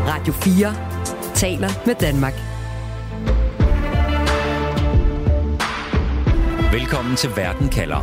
Radio 4 taler med Danmark. Velkommen til Verden kalder.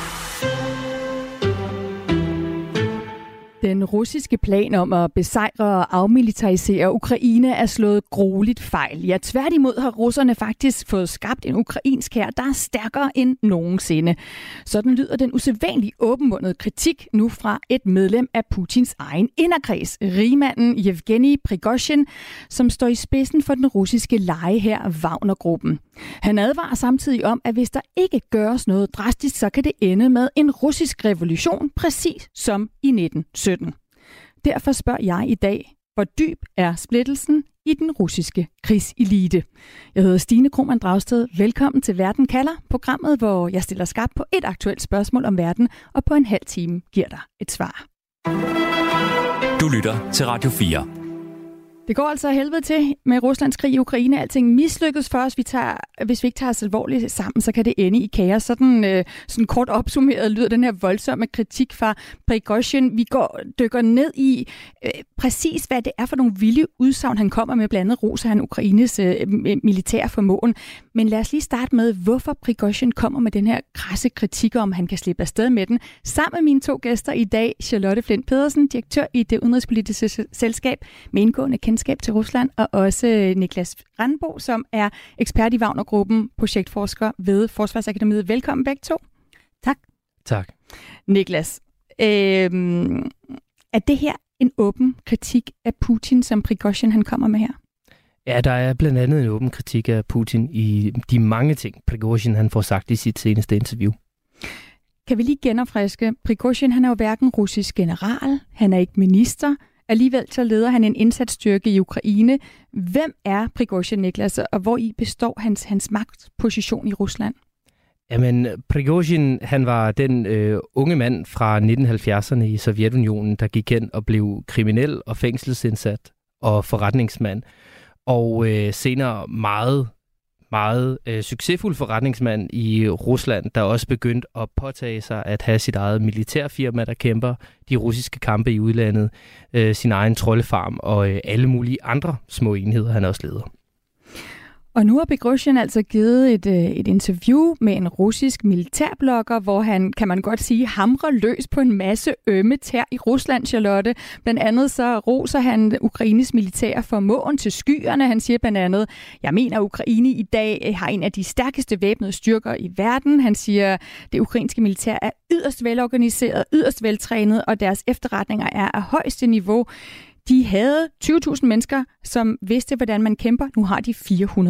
Den russiske plan om at besejre og afmilitarisere Ukraine er slået grueligt fejl. Ja, tværtimod har russerne faktisk fået skabt en ukrainsk hær, der er stærkere end nogensinde. Sådan lyder den usædvanligt åbenmundede kritik nu fra et medlem af Putins egen inderkreds, rigmanden Yevgeny Prigozhin, som står i spidsen for den russiske legehær Wagner-gruppen. Han advarer samtidig om, at hvis der ikke gøres noget drastisk, så kan det ende med en russisk revolution, præcis som i 1917. Derfor spørger jeg i dag, hvor dyb er splittelsen i den russiske krigselite? Jeg hedder Stine Krohmann Dragsted. Velkommen til Verden kalder, programmet, hvor jeg stiller skarpt på et aktuelt spørgsmål om verden, og på en halv time giver dig et svar. Du lytter til Radio 4. Det går altså helvede til med Ruslands krig i Ukraine. Alting mislykkes for os. Hvis vi ikke tager os alvorligt sammen, så kan det ende i kaos. Sådan kort opsummeret lyder den her voldsomme kritik fra Prigozhin. Vi dykker ned i præcis, hvad det er for nogle vilde udsagn, han kommer med. Blandt andet roser han Ukraines militære formåen. Men lad os lige starte med, hvorfor Prigozhin kommer med den her krasse kritik, om han kan slippe afsted med den. Sammen med mine to gæster i dag, Charlotte Flint Pedersen, direktør i Det Udenrigspolitiske Selskab med indgående kendskab til Rusland, og også Niklas Randbo, som er ekspert i Wagner-gruppen, projektforsker ved Forsvarsakademiet. Velkommen begge to. Tak. Tak. Niklas, er det her en åben kritik af Putin, som Prigozhin han kommer med her? Ja, der er blandt andet en åben kritik af Putin i de mange ting, Prigozhin han får sagt i sit seneste interview. Kan vi lige genopfriske? Prigozhin han er jo hverken russisk general, han er ikke minister. Alligevel så leder han en indsatsstyrke i Ukraine. Hvem er Prigozhin, Niklas, og hvor i består hans magtposition i Rusland? Jamen, Prigozhin, han var den unge mand fra 1970'erne i Sovjetunionen, der gik hen og blev kriminel og fængselsindsat og forretningsmand. Og senere meget succesfuld forretningsmand i Rusland, der også begyndte at påtage sig at have sit eget militærfirma, der kæmper de russiske kampe i udlandet, sin egen troldefarm og alle mulige andre små enheder, han også leder. Og nu har Prigozhin altså givet et interview med en russisk militærblogger, hvor han, kan man godt sige, hamrer løs på en masse ømme tær i Rusland, Charlotte. Blandt andet så roser han Ukraines militære formåen til skyerne. Han siger blandt andet, jeg mener, at Ukraine i dag har en af de stærkeste væbnede styrker i verden. Han siger, at det ukrainske militær er yderst velorganiseret, yderst veltrænet, og deres efterretninger er af højeste niveau. De havde 20.000 mennesker, som vidste, hvordan man kæmper. Nu har de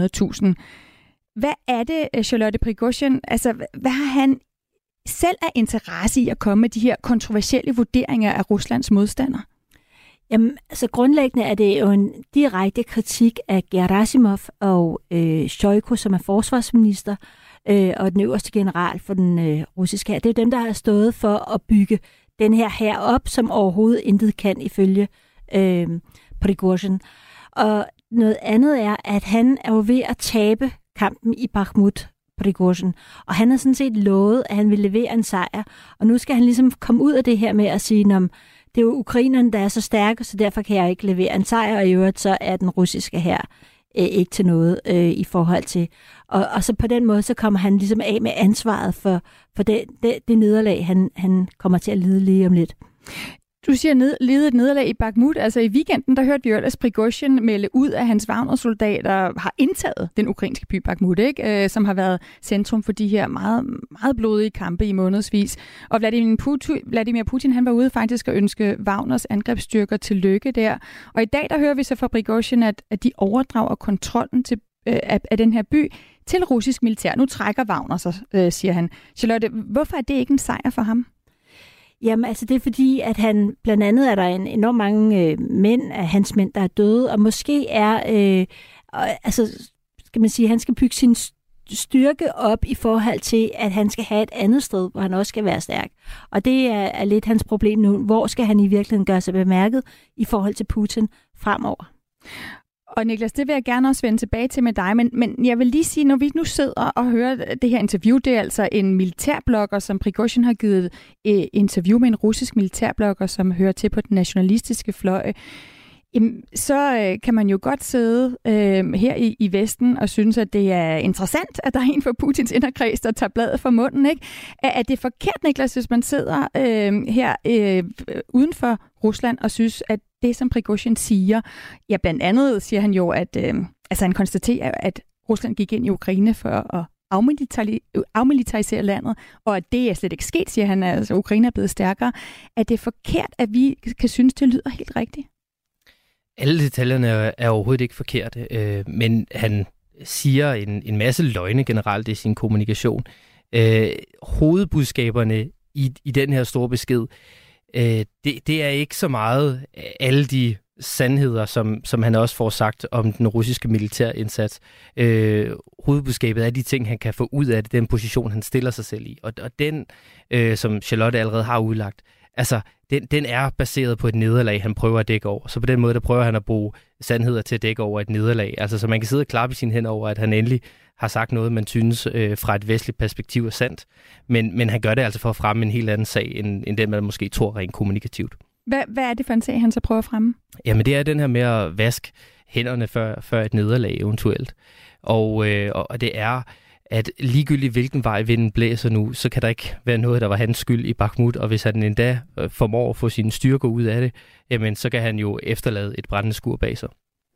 400.000. Hvad er det, Charlotte Prigozhin? Altså, hvad har han selv af interesse i at komme med de her kontroversielle vurderinger af Ruslands modstander? Jamen, altså grundlæggende er det jo en direkte kritik af Gerasimov og Shoigu, som er forsvarsminister, og den øverste general for den russiske hær. Det er dem, der har stået for at bygge den her hær op, som overhovedet intet kan ifølge Prigozhin. Og noget andet er, at han er jo ved at tabe kampen i Bakhmut, Prigozhin. Og han har sådan set lovet, at han vil levere en sejr. Og nu skal han ligesom komme ud af det her med at sige, at det er jo ukrainerne, der er så stærke, så derfor kan jeg ikke levere en sejr, og i øvrigt så er den russiske hær ikke til noget i forhold til. Og så på den måde, så kommer han ligesom af med ansvaret for det nederlag, han kommer til at lide lige om lidt. Du siger lede et nederlag i Bakhmut. Altså i weekenden, der hørte vi jo ellers Prigozhin melde ud, at hans Wagner-soldater har indtaget den ukrainske by Bakhmut, ikke? Som har været centrum for de her meget, meget blodige kampe i månedsvis. Og Vladimir Putin, han var ude faktisk at ønske Wagners angrebsstyrker til lykke der. Og i dag, der hører vi så fra Prigozhin, at de overdrager kontrollen af den her by til russisk militær. Nu trækker Wagner sig, siger han. Charlotte, hvorfor er det ikke en sejr for ham? Jamen, altså det er fordi, at han, blandt andet er der enormt mange mænd af hans mænd, der er døde, og måske er, skal man sige, han skal bygge sin styrke op i forhold til, at han skal have et andet sted, hvor han også skal være stærk. Og det er lidt hans problem nu. Hvor skal han i virkeligheden gøre sig bemærket i forhold til Putin fremover? Og Niklas, det vil jeg gerne også vende tilbage til med dig, men jeg vil lige sige, når vi nu sidder og hører det her interview, det er altså en militærblogger, som Prigozhin har givet interview med en russisk militærblogger, som hører til på den nationalistiske fløj. så kan man jo godt sidde her i Vesten og synes, at det er interessant, at der er en for Putins inderkreds, der tager bladet fra munden, ikke? Er det forkert, Niklas, hvis man sidder her uden for Rusland og synes, at det, som Prigozhin siger, ja, blandt andet siger han jo, at han konstaterer, at Rusland gik ind i Ukraine for at afmilitarisere landet, og at det er slet ikke sket, siger han, altså Ukraine er blevet stærkere. Er det forkert, at vi kan synes, det lyder helt rigtigt? Alle detaljerne er overhovedet ikke forkerte, men han siger en masse løgne generelt i sin kommunikation. Hovedbudskaberne i den her store besked, det er ikke så meget alle de sandheder, som han også får sagt om den russiske militærindsats. Hovedbudskabet er de ting, han kan få ud af det, den position, han stiller sig selv i. Og den, som Charlotte allerede har udlagt, altså, den er baseret på et nederlag, han prøver at dække over. Så på den måde, der prøver han at bruge sandheder til at dække over et nederlag. Altså, så man kan sidde og klappe i sine hænder over, at han endelig har sagt noget, man synes fra et vestligt perspektiv er sandt. Men han gør det altså for at fremme en helt anden sag, end den, man måske tror rent kommunikativt. Hvad er det for en sag, han så prøver at fremme? Jamen, det er den her med at vaske hænderne før et nederlag eventuelt. Og det er, at ligegyldigt hvilken vej vinden blæser nu, så kan der ikke være noget, der var hans skyld i Bakhmut, og hvis han endda formår at få sine styrker ud af det, jamen så kan han jo efterlade et brændende skur bag sig.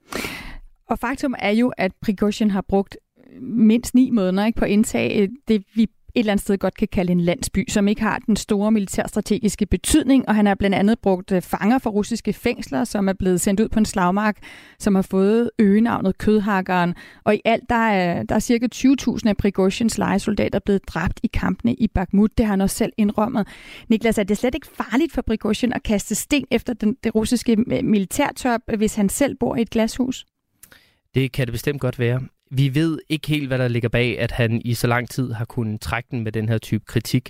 Og faktum er jo, at Prigozhin har brugt mindst 9 måneder på at indtage det, vi et eller andet sted godt kan kalde en landsby, som ikke har den store militærstrategiske betydning, og han har blandt andet brugt fanger fra russiske fængsler, som er blevet sendt ud på en slagmark, som har fået øgenavnet Kødhakkeren, og i alt der er cirka 20.000 af Prigozhins lejesoldater blevet dræbt i kampene i Bakhmut. Det har han også selv indrømmet. Niklas, er det slet ikke farligt for Prigozhin at kaste sten efter det russiske militærtop, hvis han selv bor i et glashus? Det kan det bestemt godt være. Vi ved ikke helt, hvad der ligger bag, at han i så lang tid har kunnet trække den med den her type kritik.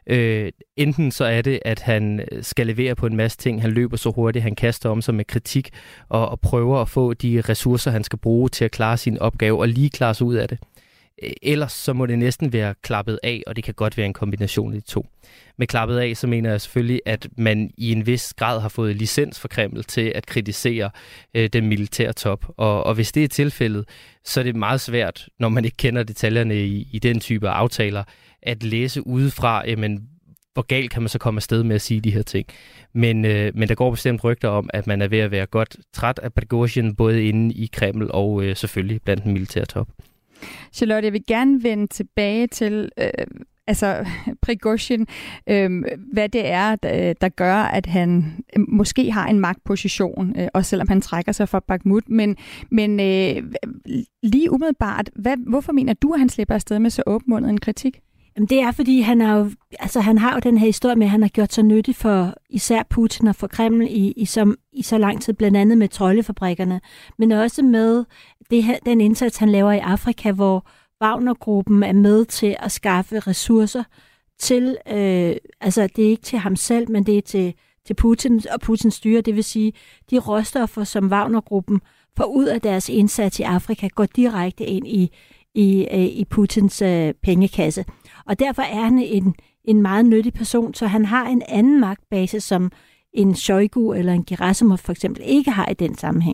Enten så er det, at han skal levere på en masse ting, han løber så hurtigt, han kaster om sig med kritik og prøver at få de ressourcer, han skal bruge til at klare sin opgave og lige klare sig ud af det. Ellers så må det næsten være klappet af, og det kan godt være en kombination af de to. Med klappet af, så mener jeg selvfølgelig, at man i en vis grad har fået licens fra Kreml til at kritisere den militære top. Og hvis det er tilfældet, så er det meget svært, når man ikke kender detaljerne i den type aftaler, at læse udefra, jamen, hvor galt kan man så komme afsted med at sige de her ting. Men der går bestemt rygter om, at man er ved at være godt træt af Prigozhin, både inde i Kreml og selvfølgelig blandt den militære top. Charlotte, jeg vil gerne vende tilbage til Prigozhin, hvad det er, der gør, at han måske har en magtposition, også selvom han trækker sig fra Bakhmut. Men lige umiddelbart, hvorfor mener du, at han slipper afsted med så åbenmundet en kritik? Jamen det er, fordi han har jo den her historie med, at han har gjort sig nyttig for især Putin og for Kreml i så lang tid, blandt andet med troldefabrikkerne, men også med den indsats, han laver i Afrika, hvor Wagner-gruppen er med til at skaffe ressourcer til, det er ikke til ham selv, men det er til Putin og Putins styre, det vil sige, de råstoffer, som Wagner-gruppen får ud af deres indsats i Afrika, går direkte ind i Putins pengekasse. Og derfor er han en meget nyttig person, så han har en anden magtbase, som en Shoigu eller en Gerasimov for eksempel ikke har i den sammenhæng.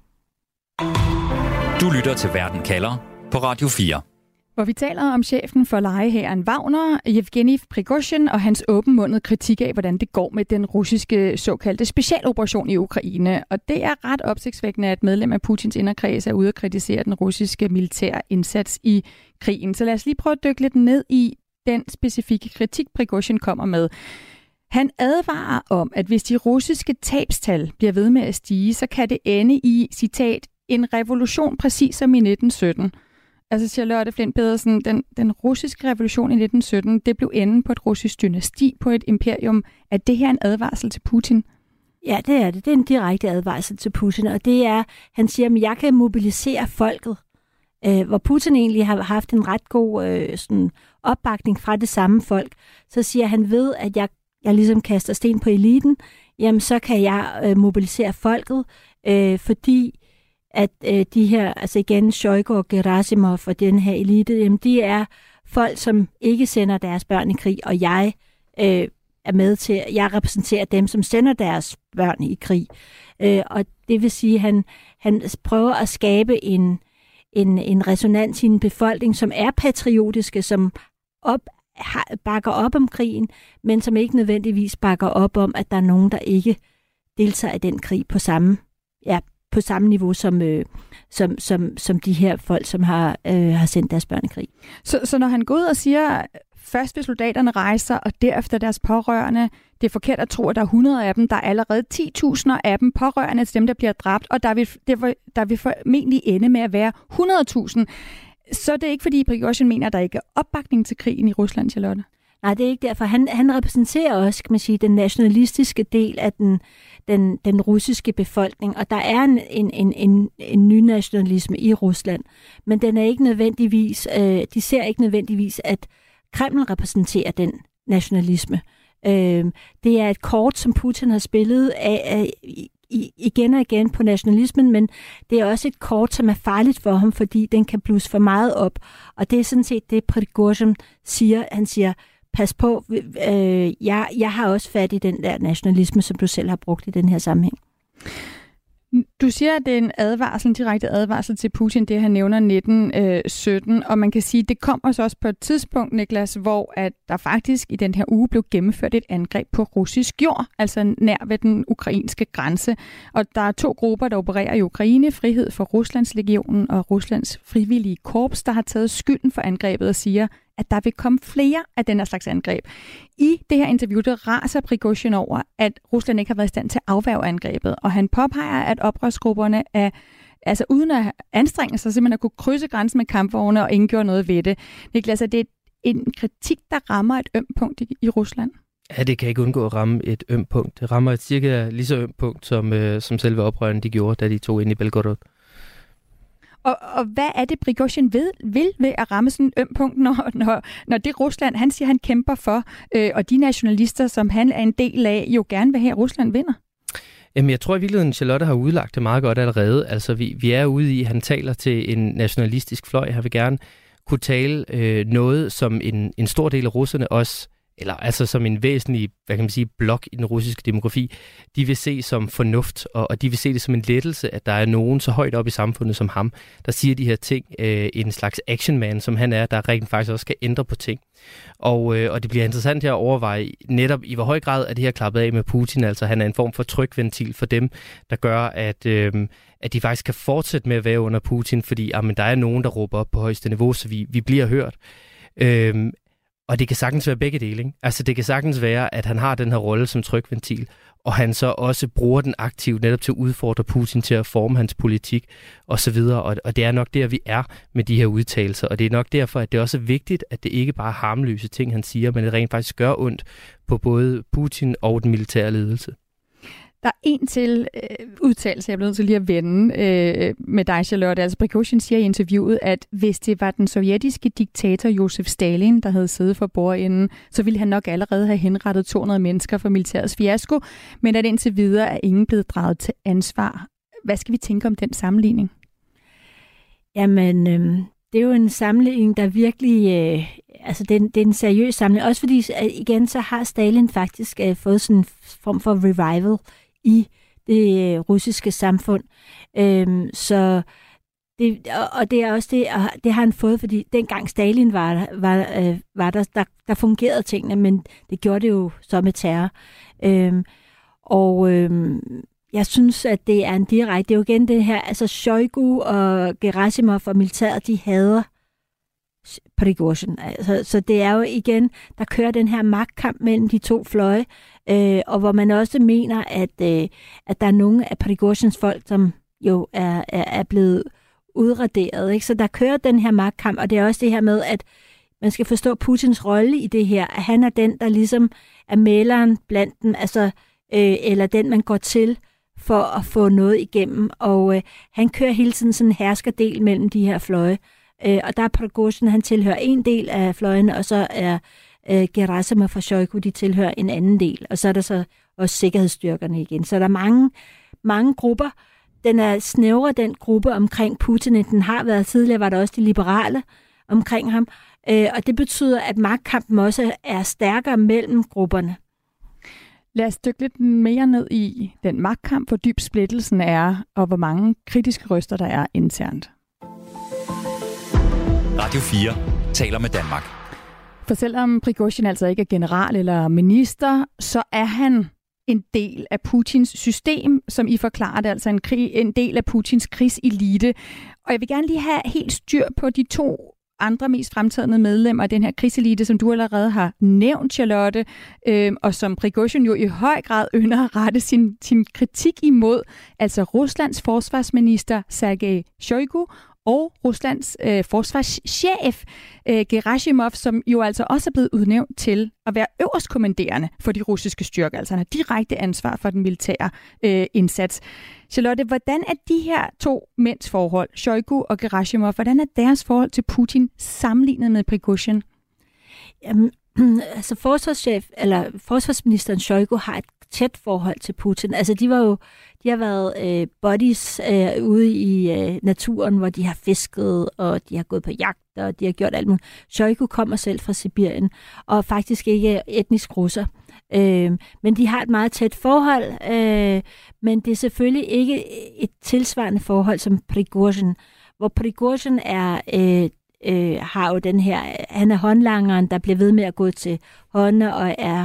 Du lytter til Verden kalder på Radio 4. Hvor vi taler om chefen for lejehæren Wagner, Yevgeni Prigozhin, og hans åbenmundede kritik af, hvordan det går med den russiske såkaldte specialoperation i Ukraine. Og det er ret opsigtsvækkende, at medlem af Putins inderkreds er ude at kritisere den russiske militære indsats i krigen. Så lad os lige prøve at dykke lidt ned i den specifikke kritik, Prigozhin kommer med. Han advarer om, at hvis de russiske tabstal bliver ved med at stige, så kan det ende i, citat, en revolution præcis som i 1917. Altså Charlotte Flint Pedersen, den russiske revolution i 1917, det blev enden på et russisk dynasti, på et imperium. Er det her en advarsel til Putin? Ja, det er det. Det er en direkte advarsel til Putin, og det er, han siger, at jeg kan mobilisere folket. Hvor Putin egentlig har haft en ret god opbakning fra det samme folk, så siger han ved, at jeg ligesom kaster sten på eliten, jamen så kan jeg mobilisere folket, fordi at de her, altså igen, Shoigu og Gerasimov og den her elite, jamen de er folk, som ikke sender deres børn i krig, og jeg er med til, jeg repræsenterer dem, som sender deres børn i krig. Og det vil sige, at han prøver at skabe en resonans i en befolkning, som er patriotiske, som bakker op om krigen, men som ikke nødvendigvis bakker op om, at der er nogen, der ikke deltager i den krig på samme niveau som de her folk, som har sendt deres børn i krig. Så når han går ud og siger, først vil soldaterne rejser, og derefter deres pårørende, det er forkert at tro, at der er 100 af dem, der er allerede 10.000 af dem pårørende til dem, der bliver dræbt, og der vil formentlig ende med at være 100.000. Så det er ikke, fordi Prigozhin mener, at der ikke er opbakning til krigen i Rusland, Charlotte? Nej, det er ikke derfor. Han repræsenterer også, kan man sige, den nationalistiske del af den russiske befolkning, og der er en ny nationalisme i Rusland, men den er ikke nødvendigvis, de ser ikke nødvendigvis, at Kreml repræsenterer den nationalisme. Det er et kort, som Putin har spillet igen og igen på nationalismen, men det er også et kort, som er farligt for ham, fordi den kan blusse for meget op. Og det er sådan set det, Prigozhin siger. Han siger, pas på, jeg har også fat i den der nationalisme, som du selv har brugt i den her sammenhæng. Du siger, at det er en direkte advarsel til Putin, det han nævner 1917, og man kan sige, at det kommer så også på et tidspunkt, Niklas, hvor at der faktisk i den her uge blev gennemført et angreb på russisk jord, altså nær ved den ukrainske grænse. Og der er 2 grupper, der opererer i Ukraine, Frihed for Ruslandslegionen og Ruslands frivillige korps, der har taget skylden for angrebet og siger, at der vil komme flere af den her slags angreb. I det her interview, der raser Prigozhin over, at Rusland ikke har været i stand til at afværge angrebet, og han påpeger, at oprørsgrupperne er, altså uden at anstrenge sig, simpelthen at kunne krydse grænsen med kampvogne og ingen gjorde noget ved det. Niklas, er det en kritik, der rammer et ømt punkt i Rusland? Ja, det kan ikke undgå at ramme et ømt punkt. Det rammer et cirka lige så ømt punkt, som selve oprørerne de gjorde, da de tog ind i Belgorod. Og hvad er det, Prigozhin vil ved at ramme sådan et ømt punkt, når det Rusland, han siger, han kæmper for, og de nationalister, som han er en del af, jo gerne vil have, at Rusland vinder? Jamen, jeg tror i virkeligheden, Charlotte har udlagt det meget godt allerede. Altså, vi er ude i, han taler til en nationalistisk fløj. Han vil gerne kunne tale noget, som en stor del af russerne også, eller altså som en væsentlig, hvad kan man sige, blok i den russiske demografi, de vil se som fornuft, og de vil se det som en lettelse, at der er nogen så højt op i samfundet som ham, der siger de her ting, en slags actionman, som han er, der rent faktisk også skal ændre på ting. Og det bliver interessant her at overveje netop i hvor høj grad er det her klappet af med Putin, altså han er en form for trykventil for dem, der gør, at de faktisk kan fortsætte med at være under Putin, fordi der er nogen, der råber op på højeste niveau, så vi bliver hørt. Og det kan sagtens være begge dele, ikke? Altså det kan sagtens være, at han har den her rolle som trykventil, og han så også bruger den aktivt netop til at udfordre Putin til at forme hans politik osv. Og det er nok der, vi er med de her udtalelser, og det er nok derfor, at det også er vigtigt, at det ikke bare er harmløse ting, han siger, men det rent faktisk gør ondt på både Putin og den militære ledelse. Der er en til udtalelse, jeg bliver nødt til lige at vende med dig, Charlotte. Altså Prigozhin siger i interviewet, at hvis det var den sovjetiske diktator Josef Stalin, der havde siddet for bordenden, så ville han nok allerede have henrettet 200 mennesker for militærets fiasko, men at indtil videre er ingen blevet draget til ansvar. Hvad skal vi tænke om den sammenligning? Jamen, det er jo en sammenligning, der virkelig... det er en seriøs sammenligning. Også fordi, igen, så har Stalin faktisk fået sådan en form for revival i det russiske samfund. Det er også det, og det har han fået, fordi dengang Stalin var der fungerede tingene, men det gjorde det jo så med terror. Jeg synes, at det er en direkte, det er jo igen det her, altså Shoigu og Gerasimov og militæret, de hader Prigozhin. Så det er jo igen, der kører den her magtkamp mellem de 2 fløje, og hvor man også mener, at der er nogle af Prigozhins folk, som jo er blevet udraderet. Ikke? Så der kører den her magtkamp, og det er også det her med, at man skal forstå Putins rolle i det her, at han er den, der ligesom er mæleren blandt dem, altså, eller den, man går til for at få noget igennem, og han kører hele tiden sådan en herskerdel mellem de her fløje. Og der er Prigozhin, han tilhører en del af fløjene, og så er Gerasimov og Shoigu, de tilhører en anden del. Og så er der så også sikkerhedsstyrkerne igen. Så der er mange grupper. Den er snævre, den gruppe omkring Putin, end den har været tidligere, var der også de liberale omkring ham. Og det betyder, at magtkampen også er stærkere mellem grupperne. Lad os dykke lidt mere ned i den magtkamp, hvor dyb splittelsen er, og hvor mange kritiske røster der er internt. Radio 4 taler med Danmark. For selvom Prigozhin altså ikke er general eller minister, så er han en del af Putins system, som I forklarer det, altså en del af Putins krigselite. Og jeg vil gerne lige have helt styr på de to andre mest fremtrædende medlemmer af den her krigselite, som du allerede har nævnt, Charlotte, og som Prigozhin jo i høj grad ynder at rette sin kritik imod, altså Ruslands forsvarsminister Sergej Shoigu og Ruslands forsvarschef Gerasimov, som jo altså også er blevet udnævnt til at være øverstkommanderende for de russiske styrker. Altså han har direkte ansvar for den militære indsats. Charlotte, hvordan er de her to mænds forhold, Shoigu og Gerasimov, hvordan er deres forhold til Putin sammenlignet med Prigozhin? Jamen, altså forsvarsministeren Shoigu har et tæt forhold til Putin. Altså de har været buddies ude i naturen, hvor de har fisket, og de har gået på jagt, og de har gjort alt muligt. Shoigu kommer selv fra Sibirien, og faktisk ikke etnisk russer. Men de har et meget tæt forhold, men det er selvfølgelig ikke et tilsvarende forhold som Prigozhin, hvor Prigozhin har jo den her, han er håndlangeren, der bliver ved med at gå til hånde og er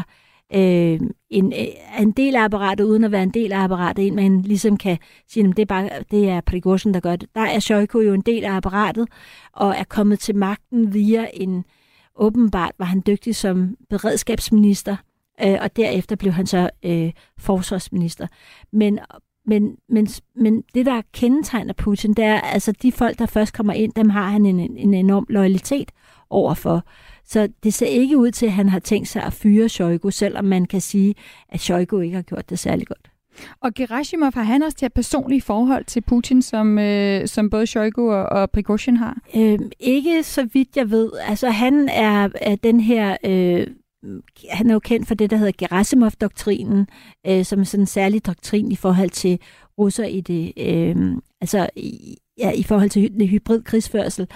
en del af apparatet, uden at være en del af apparatet, en man ligesom kan sige, at det er Prigozhin, der gør det. Der er Shoigu jo en del af apparatet, og er kommet til magten via åbenbart var han dygtig som beredskabsminister, og derefter blev han så forsvarsminister. Men det, der kendetegner Putin, det er, altså de folk, der først kommer ind, dem har han en enorm loyalitet overfor. Så det ser ikke ud til, at han har tænkt sig at fyre Shoigu, selvom man kan sige, at Shoigu ikke har gjort det særlig godt. Og Gerasimov, har han også det her personlige forhold til Putin, som både Shoigu og Prigozhin har? Ikke så vidt jeg ved. Altså han er den her... han er jo kendt for det, der hedder Gerasimov-doktrinen, som er sådan en særlig doktrin i forhold til russer i det, i forhold til det hybrid krigsførsel.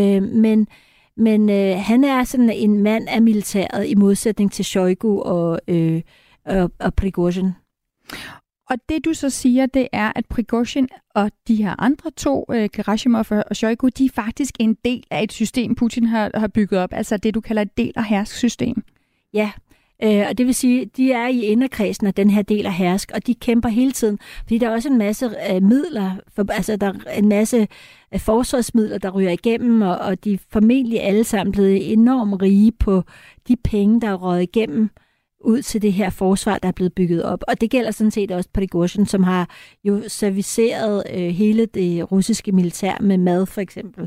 Men han er sådan en mand af militæret i modsætning til Shoigu og Prigozhin. Og det du så siger, det er, at Prigozhin og de her andre to, Gerasimov og Shoigu, de er faktisk en del af et system, Putin har bygget op, altså det du kalder et del- og hersk-system. Ja, og det vil sige, at de er i inderkredsen af den her del af hersk, og de kæmper hele tiden, fordi der er også en masse midler, altså der er en masse forsvarsmidler, der ryger igennem, og de er formentlig alle sammen blevet enormt rige på de penge, der er røget igennem ud til det her forsvar, der er blevet bygget op. Og det gælder sådan set også Prigozhin, som har jo serviceret hele det russiske militær med mad, for eksempel.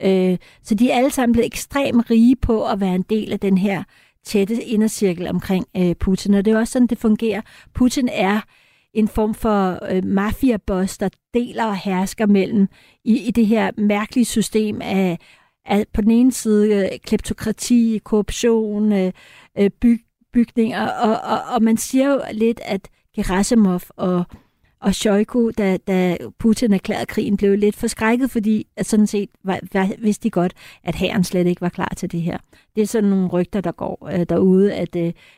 Så de er alle sammen blevet ekstremt rige på at være en del af den her tætte indercirkel omkring Putin. Og det er også sådan, det fungerer. Putin er en form for mafiaboss, der deler og hersker mellem i det her mærkelige system af på den ene side kleptokrati, korruption, bygninger, og man siger jo lidt, at Gerasimov og Shoigu, da Putin erklærede krigen, blev lidt forskrækket, fordi at sådan set vidste de godt, at hæren slet ikke var klar til det her. Det er sådan nogle rygter, der går derude, at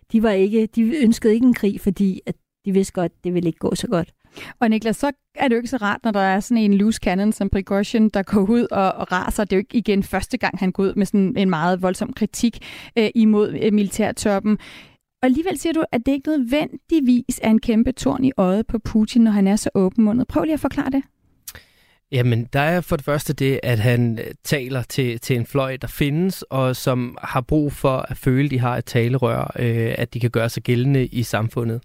de ønskede ikke en krig, fordi at de vidste godt, det ville ikke gå så godt. Og Niklas, så er det jo ikke så rart, når der er sådan en loose cannon som Prigozhin, der går ud og raser. Det er jo ikke igen første gang, han går ud med sådan en meget voldsom kritik imod militærtoppen. Og alligevel siger du, at det ikke nødvendigvis er en kæmpe torn i øjet på Putin, når han er så åbenmundet. Prøv lige at forklare det. Jamen, der er for det første det, at han taler til en fløj, der findes, og som har brug for at føle, at de har et talerør, at de kan gøre sig gældende i samfundet.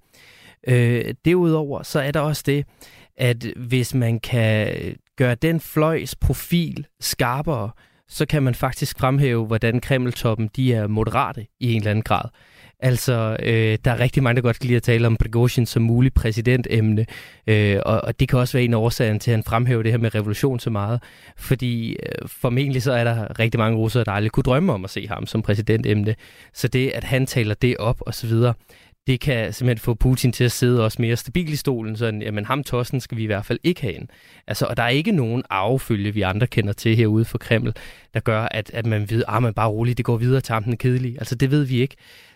Derudover så er der også det, at hvis man kan gøre den fløjs profil skarpere, så kan man faktisk fremhæve, hvordan Kreml-toppen de er moderate i en eller anden grad. Altså, der er rigtig mange, der godt kan lide at tale om Prigozhin som mulig præsidentemne, og det kan også være en af årsagen til, at han fremhæver det her med revolution så meget, fordi formentlig så er der rigtig mange russere, der aldrig kunne drømme om at se ham som præsidentemne. Så det, at han taler det op og så videre, det kan simpelthen få Putin til at sidde også mere stabil i stolen, sådan, jamen ham tossen skal vi i hvert fald ikke have ind. Altså, og der er ikke nogen arvefølge, vi andre kender til herude for Kreml, der gør, at man ved, man bare roligt, det går videre til ham den kedelige. Altså, det ved vi ikke.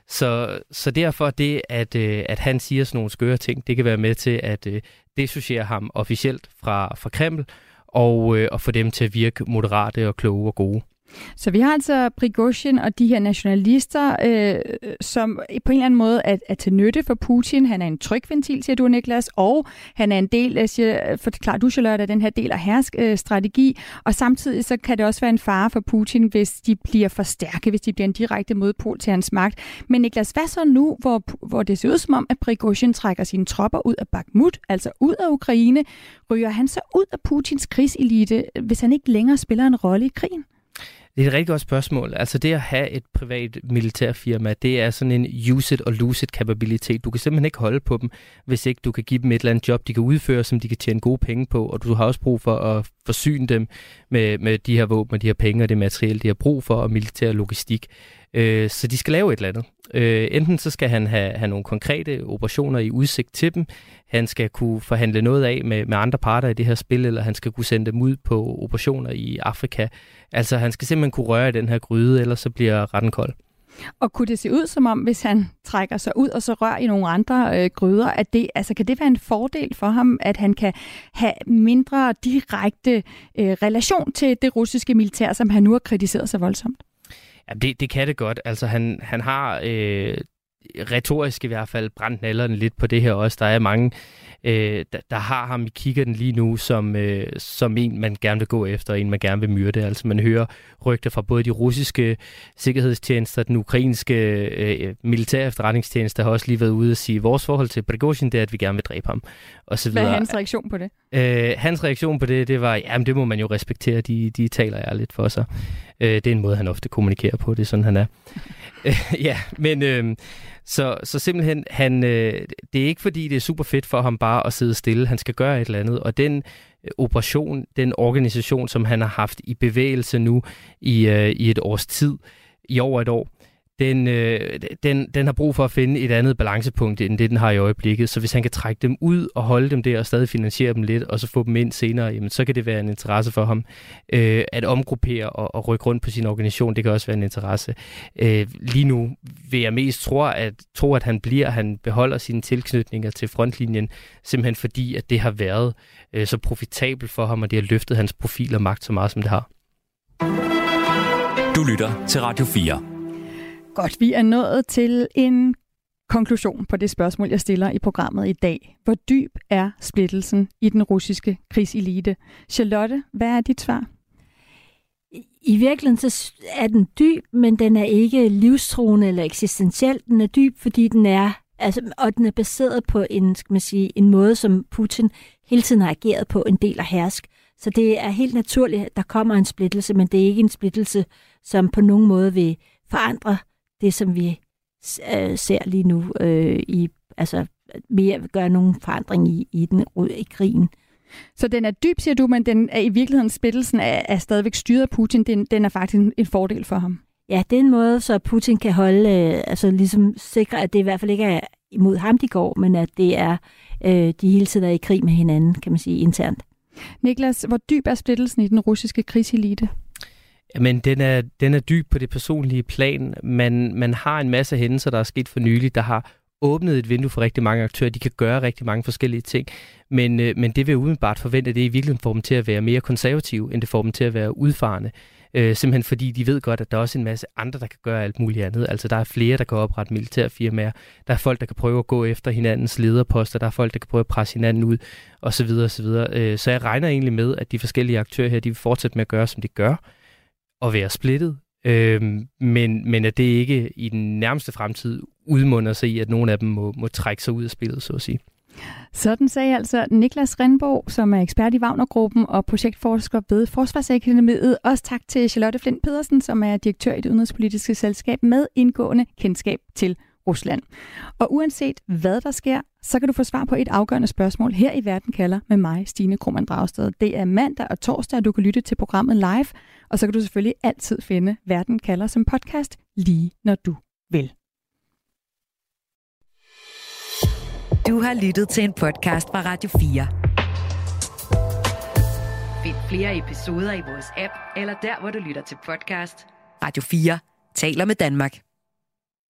Så derfor det, at han siger sådan nogle skøre ting, det kan være med til at dissociere ham officielt fra Kreml, og få dem til at virke moderate og kloge og gode. Så vi har altså Prigozhin og de her nationalister, som på en eller anden måde er til nytte for Putin. Han er en trykventil, siger du, Niklas, og han er en del, forklarer du, Charlotte, af den her del af herskstrategi. Og samtidig så kan det også være en fare for Putin, hvis de bliver for stærke, hvis de bliver en direkte modpol til hans magt. Men Niklas, hvad så nu, hvor det ser ud som om, at Prigozhin trækker sine tropper ud af Bakhmut, altså ud af Ukraine, ryger han så ud af Putins krigselite, hvis han ikke længere spiller en rolle i krigen? Det er et rigtig godt spørgsmål. Altså det at have et privat militærfirma, det er sådan en use it or lose it kapabilitet. Du kan simpelthen ikke holde på dem, hvis ikke du kan give dem et eller andet job, de kan udføre, som de kan tjene gode penge på, og du har også brug for at forsyne dem med de her våben og de her penge og det materiale, de har brug for, og militær logistik. Så de skal lave et eller andet. Enten så skal han have nogle konkrete operationer i udsigt til dem, han skal kunne forhandle noget af med andre parter i det her spil, eller han skal kunne sende dem ud på operationer i Afrika. Altså han skal simpelthen kunne røre i den her gryde, ellers så bliver retten kold. Og kunne det se ud som om, hvis han trækker sig ud og så rører i nogle andre gryder, at kan det være en fordel for ham, at han kan have mindre direkte relation til det russiske militær, som han nu har kritiseret så voldsomt? Ja, det kan det godt. Altså han har retorisk i hvert fald brændt nallerne lidt på det her også. Der er mange, der har ham i kikkerten lige nu som en, man gerne vil gå efter, og en, man gerne vil myrde. Altså man hører rygter fra både de russiske sikkerhedstjenester, den ukrainske militære efterretningstjeneste har også lige været ude og sige, vores forhold til Prigozhin, det er, at vi gerne vil dræbe ham. Og så videre. Hvad er hans reaktion på det? Hans reaktion på det var, jamen det må man jo respektere, de taler ærligt for sig. Det er en måde, han ofte kommunikerer på, det er sådan, han er. Ja, men så simpelthen, det er ikke fordi, det er super fedt for ham bare at sidde stille. Han skal gøre et eller andet, og den operation, den organisation, som han har haft i bevægelse nu i et års tid, i over et år, den har brug for at finde et andet balancepunkt, end det, den har i øjeblikket. Så hvis han kan trække dem ud og holde dem der og stadig finansiere dem lidt, og så få dem ind senere, jamen, så kan det være en interesse for ham. At omgruppere og rykke rundt på sin organisation, det kan også være en interesse. Lige nu vil jeg mest tro, at han beholder sine tilknytninger til frontlinjen, simpelthen fordi, at det har været så profitabelt for ham, og det har løftet hans profil og magt så meget, som det har. Du lytter til Radio 4. Godt, vi er nået til en konklusion på det spørgsmål, jeg stiller i programmet i dag. Hvor dyb er splittelsen i den russiske krigselite? Charlotte, hvad er dit svar? I virkeligheden så er den dyb, men den er ikke livstruende eller eksistentiel. Den er dyb, fordi den er, og den er baseret på en måde, som Putin hele tiden har ageret på, en del af hersk. Så det er helt naturligt, at der kommer en splittelse, men det er ikke en splittelse, som på nogen måde vil forandre det, som vi ser lige nu, mere gøre nogen forandring i krigen. Så den er dyb, siger du, men den er i virkeligheden splittelsen er stadigvæk styret af Putin. Den er faktisk en fordel for ham. Ja, det er en måde, så Putin kan holde, ligesom sikre, at det i hvert fald ikke er imod ham, de går, men at det er, de hele tiden er i krig med hinanden, kan man sige, internt. Niklas, hvor dyb er splittelsen i den russiske krigselite? Men den er dyb på det personlige plan. Man har en masse hændelser, der er sket for nylig, der har åbnet et vindue for rigtig mange aktører. De kan gøre rigtig mange forskellige ting. Men det vil umiddelbart forvente, at det i virkeligheden får dem til at være mere konservative, end det får dem til at være udfarende. Simpelthen fordi de ved godt, at der er også en masse andre, der kan gøre alt muligt andet. Altså der er flere, der kan oprette militærfirmaer. Der er folk, der kan prøve at gå efter hinandens lederposter. Der er folk, der kan prøve at presse hinanden ud, osv. osv. Så jeg regner egentlig med, at de forskellige aktører her, de vil fortsætte med at gøre, som de gør, og være splittet. Men at det ikke i den nærmeste fremtid udmunder sig i, at nogle af dem må trække sig ud af spillet, så at sige. Sådan sagde altså Niklas Rindborg, som er ekspert i Wagner-gruppen og projektforsker ved Forsvarsakademiet. Også tak til Charlotte Flint Pedersen, som er direktør i det udenrigspolitiske selskab med indgående kendskab til Rusland. Og uanset hvad der sker, så kan du få svar på et afgørende spørgsmål her i Verden kalder med mig, Stine Krohmann Dragsted. Det er mandag og torsdag, og du kan lytte til programmet live, og så kan du selvfølgelig altid finde Verden kalder som podcast lige når du vil. Du har lyttet til en podcast fra Radio 4. Find flere episoder i vores app, eller der, hvor du lytter til podcast. Radio 4 taler med Danmark.